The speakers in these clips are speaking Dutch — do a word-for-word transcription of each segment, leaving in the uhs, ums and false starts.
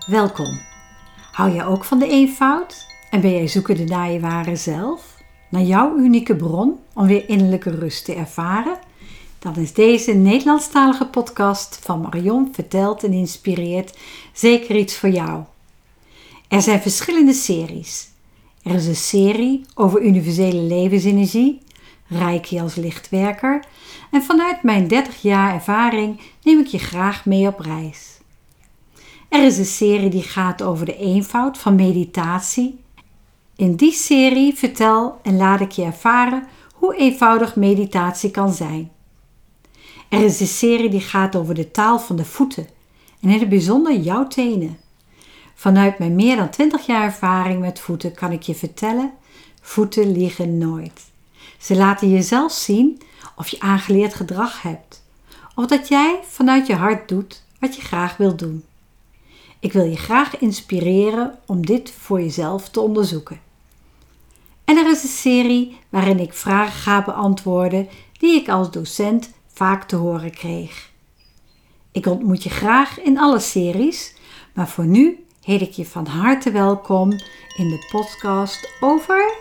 Welkom. Hou jij ook van de eenvoud? En ben jij zoekende naar je ware zelf? Naar jouw unieke bron om weer innerlijke rust te ervaren? Dan is deze Nederlandstalige podcast van Marion vertelt en inspireert zeker iets voor jou. Er zijn verschillende series. Er is een serie over universele levensenergie, Reiki als lichtwerker, en vanuit mijn dertig jaar ervaring neem ik je graag mee op reis. Er is een serie die gaat over de eenvoud van meditatie. In die serie vertel en laat ik je ervaren hoe eenvoudig meditatie kan zijn. Er is een serie die gaat over de taal van de voeten en in het bijzonder jouw tenen. Vanuit mijn meer dan twintig jaar ervaring met voeten kan ik je vertellen, voeten liegen nooit. Ze laten je zelf zien of je aangeleerd gedrag hebt, of dat jij vanuit je hart doet wat je graag wilt doen. Ik wil je graag inspireren om dit voor jezelf te onderzoeken. En er is een serie waarin ik vragen ga beantwoorden die ik als docent vaak te horen kreeg. Ik ontmoet je graag in alle series, maar voor nu heet ik je van harte welkom in de podcast over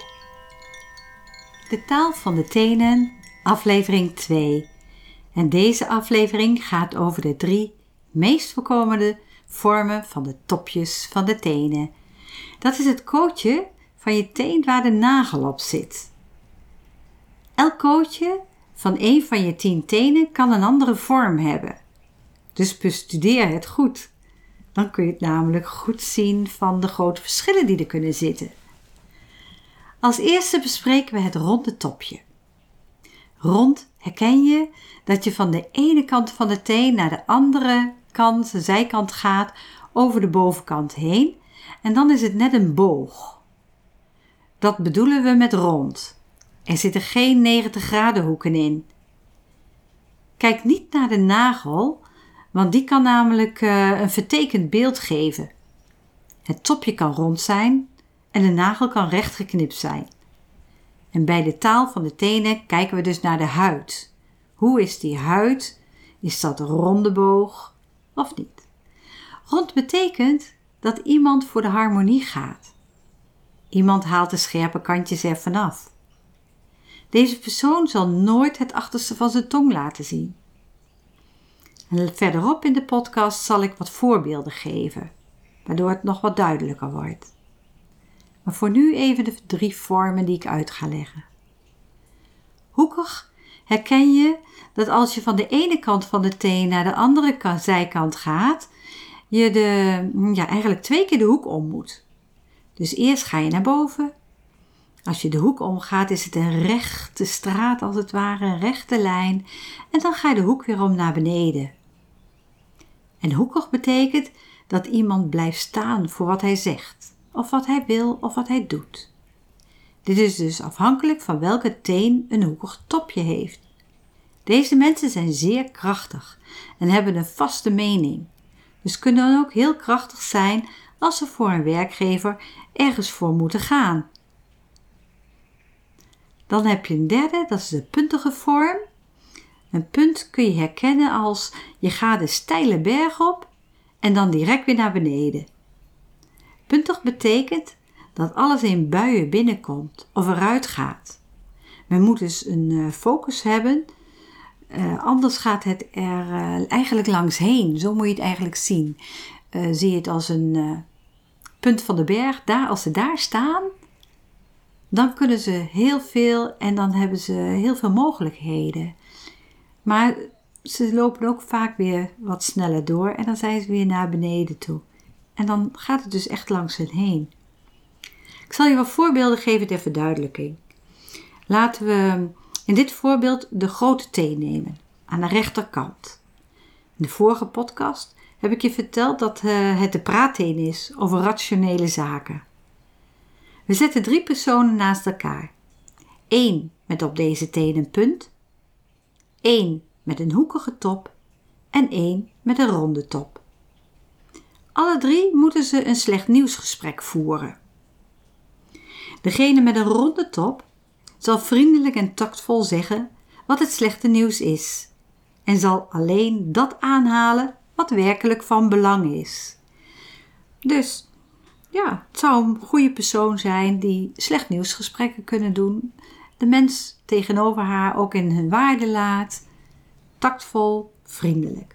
de taal van de tenen, aflevering twee. En deze aflevering gaat over de drie meest voorkomende vormen van de topjes van de tenen. Dat is het kootje van je teen waar de nagel op zit. Elk kootje van een van je tien tenen kan een andere vorm hebben. Dus bestudeer het goed. Dan kun je het namelijk goed zien van de grote verschillen die er kunnen zitten. Als eerste bespreken we het ronde topje. Rond herken je dat je van de ene kant van de teen naar de andere kant, de zijkant gaat, over de bovenkant heen. En dan is het net een boog. Dat bedoelen we met rond. Er zitten geen negentig graden hoeken in. Kijk niet naar de nagel, want die kan namelijk uh, een vertekend beeld geven. Het topje kan rond zijn en de nagel kan rechtgeknipt zijn. En bij de taal van de tenen kijken we dus naar de huid. Hoe is die huid? Is dat een ronde boog of niet? Rond betekent dat iemand voor de harmonie gaat. Iemand haalt de scherpe kantjes er vanaf. Deze persoon zal nooit het achterste van zijn tong laten zien. En verderop in de podcast zal ik wat voorbeelden geven, waardoor het nog wat duidelijker wordt. Maar voor nu even de drie vormen die ik uit ga leggen. Hoekig herken je dat als je van de ene kant van de teen naar de andere zijkant gaat, je de, ja, eigenlijk twee keer de hoek om moet. Dus eerst ga je naar boven. Als je de hoek omgaat is het een rechte straat als het ware, een rechte lijn. En dan ga je de hoek weer om naar beneden. En hoekig betekent dat iemand blijft staan voor wat hij zegt, of wat hij wil of wat hij doet. Dit is dus afhankelijk van welke teen een hoekig topje heeft. Deze mensen zijn zeer krachtig en hebben een vaste mening. Dus kunnen dan ook heel krachtig zijn als ze voor een werkgever ergens voor moeten gaan. Dan heb je een derde, dat is de puntige vorm. Een punt kun je herkennen als je gaat de steile berg op en dan direct weer naar beneden. Puntig betekent dat alles in buien binnenkomt of eruit gaat. Men moet dus een focus hebben, uh, anders gaat het er uh, eigenlijk langs heen. Zo moet je het eigenlijk zien. Uh, zie je het als een uh, punt van de berg, daar, als ze daar staan, dan kunnen ze heel veel en dan hebben ze heel veel mogelijkheden. Maar ze lopen ook vaak weer wat sneller door en dan zijn ze weer naar beneden toe. En dan gaat het dus echt langs hen heen. Ik zal je wat voorbeelden geven ter verduidelijking. Laten we in dit voorbeeld de grote teen nemen, aan de rechterkant. In de vorige podcast heb ik je verteld dat uh, het de praatteen is over rationele zaken. We zetten drie personen naast elkaar. Eén met op deze teen een punt, één met een hoekige top en één met een ronde top. Alle drie moeten ze een slecht nieuwsgesprek voeren. Degene met een ronde top zal vriendelijk en tactvol zeggen wat het slechte nieuws is en zal alleen dat aanhalen wat werkelijk van belang is. Dus ja, het zou een goede persoon zijn die slecht nieuwsgesprekken kunnen doen. De mens tegenover haar ook in hun waarde laat. Tactvol, vriendelijk.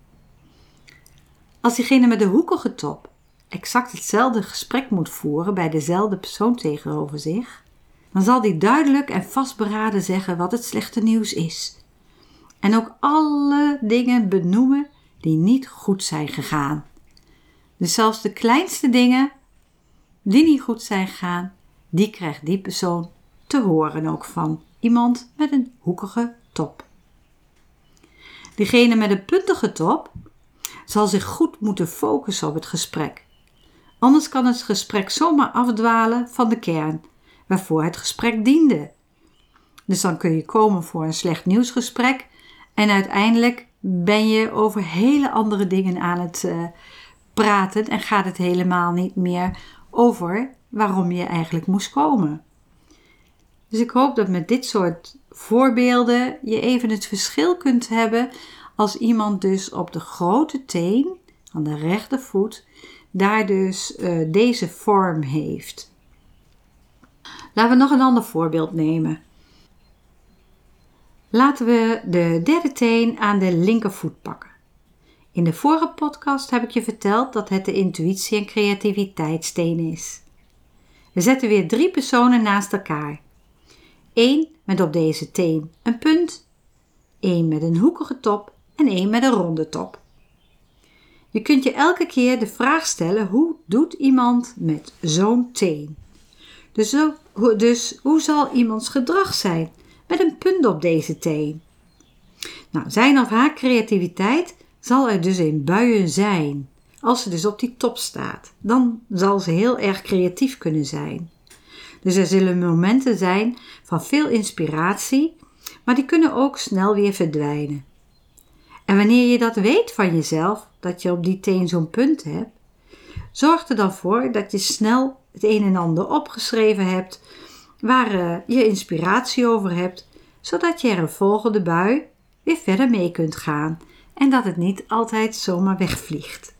Als diegene met de hoekige top exact hetzelfde gesprek moet voeren bij dezelfde persoon tegenover zich, dan zal die duidelijk en vastberaden zeggen wat het slechte nieuws is. En ook alle dingen benoemen die niet goed zijn gegaan. Dus zelfs de kleinste dingen die niet goed zijn gegaan, die krijgt die persoon te horen ook van iemand met een hoekige top. Diegene met een puntige top zal zich goed moeten focussen op het gesprek. Anders kan het gesprek zomaar afdwalen van de kern, waarvoor het gesprek diende. Dus dan kun je komen voor een slecht nieuwsgesprek en uiteindelijk ben je over hele andere dingen aan het uh, praten en gaat het helemaal niet meer over waarom je eigenlijk moest komen. Dus ik hoop dat met dit soort voorbeelden je even het verschil kunt hebben als iemand dus op de grote teen, aan de rechtervoet, daar dus uh, deze vorm heeft. Laten we nog een ander voorbeeld nemen. Laten we de derde teen aan de linkervoet pakken. In de vorige podcast heb ik je verteld dat het de intuïtie- en creativiteitsteen is. We zetten weer drie personen naast elkaar. Eén met op deze teen een punt, één met een hoekige top en één met een ronde top. Je kunt je elke keer de vraag stellen, hoe doet iemand met zo'n teen? Dus, zo, dus hoe zal iemands gedrag zijn met een punt op deze teen? Nou, zijn of haar creativiteit zal er dus in buien zijn. Als ze dus op die top staat, dan zal ze heel erg creatief kunnen zijn. Dus er zullen momenten zijn van veel inspiratie, maar die kunnen ook snel weer verdwijnen. En wanneer je dat weet van jezelf, dat je op die teen zo'n punt hebt, zorg er dan voor dat je snel het een en ander opgeschreven hebt, waar uh, je inspiratie over hebt, zodat je er een volgende bui weer verder mee kunt gaan en dat het niet altijd zomaar wegvliegt.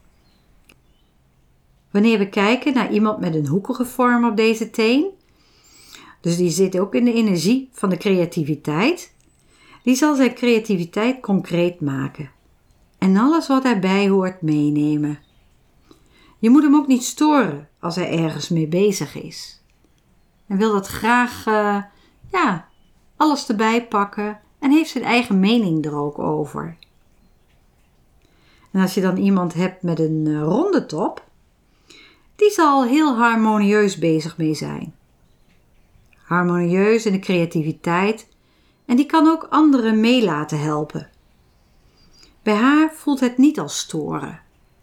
Wanneer we kijken naar iemand met een hoekige vorm op deze teen, dus die zit ook in de energie van de creativiteit, die zal zijn creativiteit concreet maken en alles wat daarbij hoort meenemen. Je moet hem ook niet storen als hij ergens mee bezig is. Hij wil dat graag, uh, ja, alles erbij pakken en heeft zijn eigen mening er ook over. En als je dan iemand hebt met een uh, ronde top, die zal heel harmonieus bezig mee zijn. Harmonieus in de creativiteit en die kan ook anderen mee laten helpen. Bij haar voelt het niet als storen.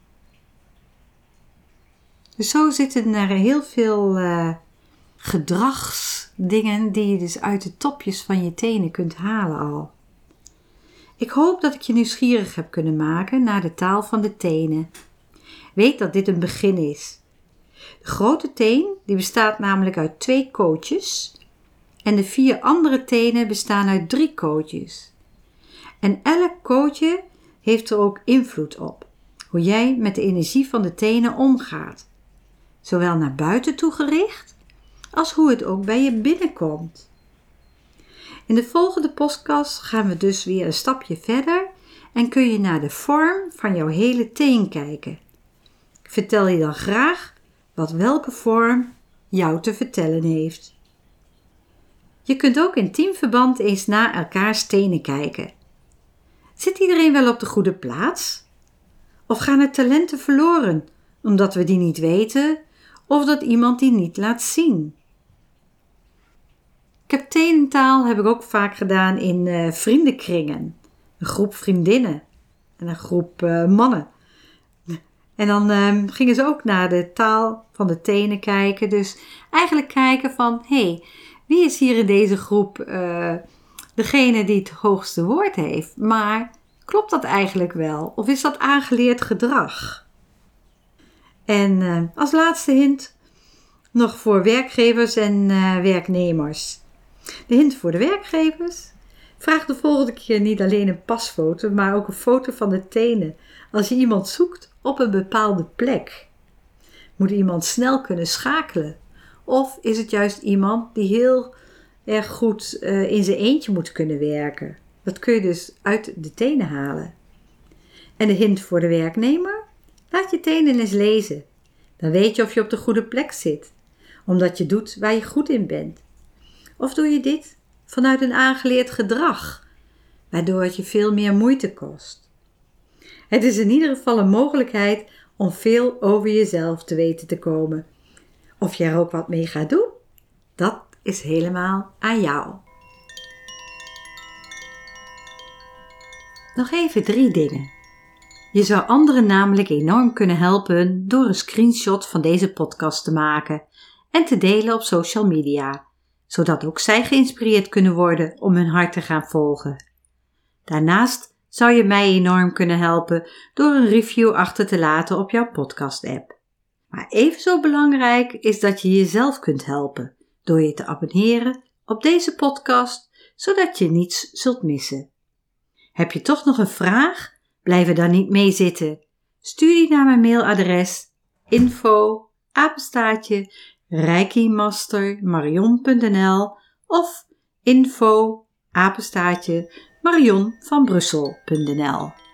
Dus zo zitten er heel veel uh, gedragsdingen die je dus uit de topjes van je tenen kunt halen al. Ik hoop dat ik je nieuwsgierig heb kunnen maken naar de taal van de tenen. Weet dat dit een begin is. De grote teen die bestaat namelijk uit twee kootjes en de vier andere tenen bestaan uit drie kootjes. En elk kootje heeft er ook invloed op, hoe jij met de energie van de tenen omgaat. Zowel naar buiten toe gericht, als hoe het ook bij je binnenkomt. In de volgende podcast gaan we dus weer een stapje verder en kun je naar de vorm van jouw hele teen kijken. Ik vertel je dan graag wat welke vorm jou te vertellen heeft. Je kunt ook in teamverband eens naar elkaars tenen kijken. Zit iedereen wel op de goede plaats? Of gaan er talenten verloren, omdat we die niet weten of dat iemand die niet laat zien? Ik heb tenentaal heb ik ook vaak gedaan in uh, vriendenkringen. Een groep vriendinnen en een groep uh, mannen. En dan uh, gingen ze ook naar de taal van de tenen kijken. Dus eigenlijk kijken van, hé, hey, wie is hier in deze groep uh, degene die het hoogste woord heeft? Maar klopt dat eigenlijk wel? Of is dat aangeleerd gedrag? En uh, als laatste hint nog voor werkgevers en uh, werknemers. De hint voor de werkgevers. Vraag de volgende keer niet alleen een pasfoto, maar ook een foto van de tenen als je iemand zoekt op een bepaalde plek. Moet iemand snel kunnen schakelen? Of is het juist iemand die heel erg goed uh, in zijn eentje moet kunnen werken? Dat kun je dus uit de tenen halen. En de hint voor de werknemer? Laat je tenen eens lezen. Dan weet je of je op de goede plek zit, omdat je doet waar je goed in bent. Of doe je dit vanuit een aangeleerd gedrag, waardoor het je veel meer moeite kost. Het is in ieder geval een mogelijkheid om veel over jezelf te weten te komen. Of je er ook wat mee gaat doen, dat is helemaal aan jou. Nog even drie dingen. Je zou anderen namelijk enorm kunnen helpen door een screenshot van deze podcast te maken en te delen op social media, zodat ook zij geïnspireerd kunnen worden om hun hart te gaan volgen. Daarnaast zou je mij enorm kunnen helpen door een review achter te laten op jouw podcast-app. Maar even zo belangrijk is dat je jezelf kunt helpen door je te abonneren op deze podcast, zodat je niets zult missen. Heb je toch nog een vraag? Blijf er dan niet mee zitten. Stuur die naar mijn mailadres info apenstaartje reikimaster.marion punt n l of info apenstaartje marionvanbrussel punt n l.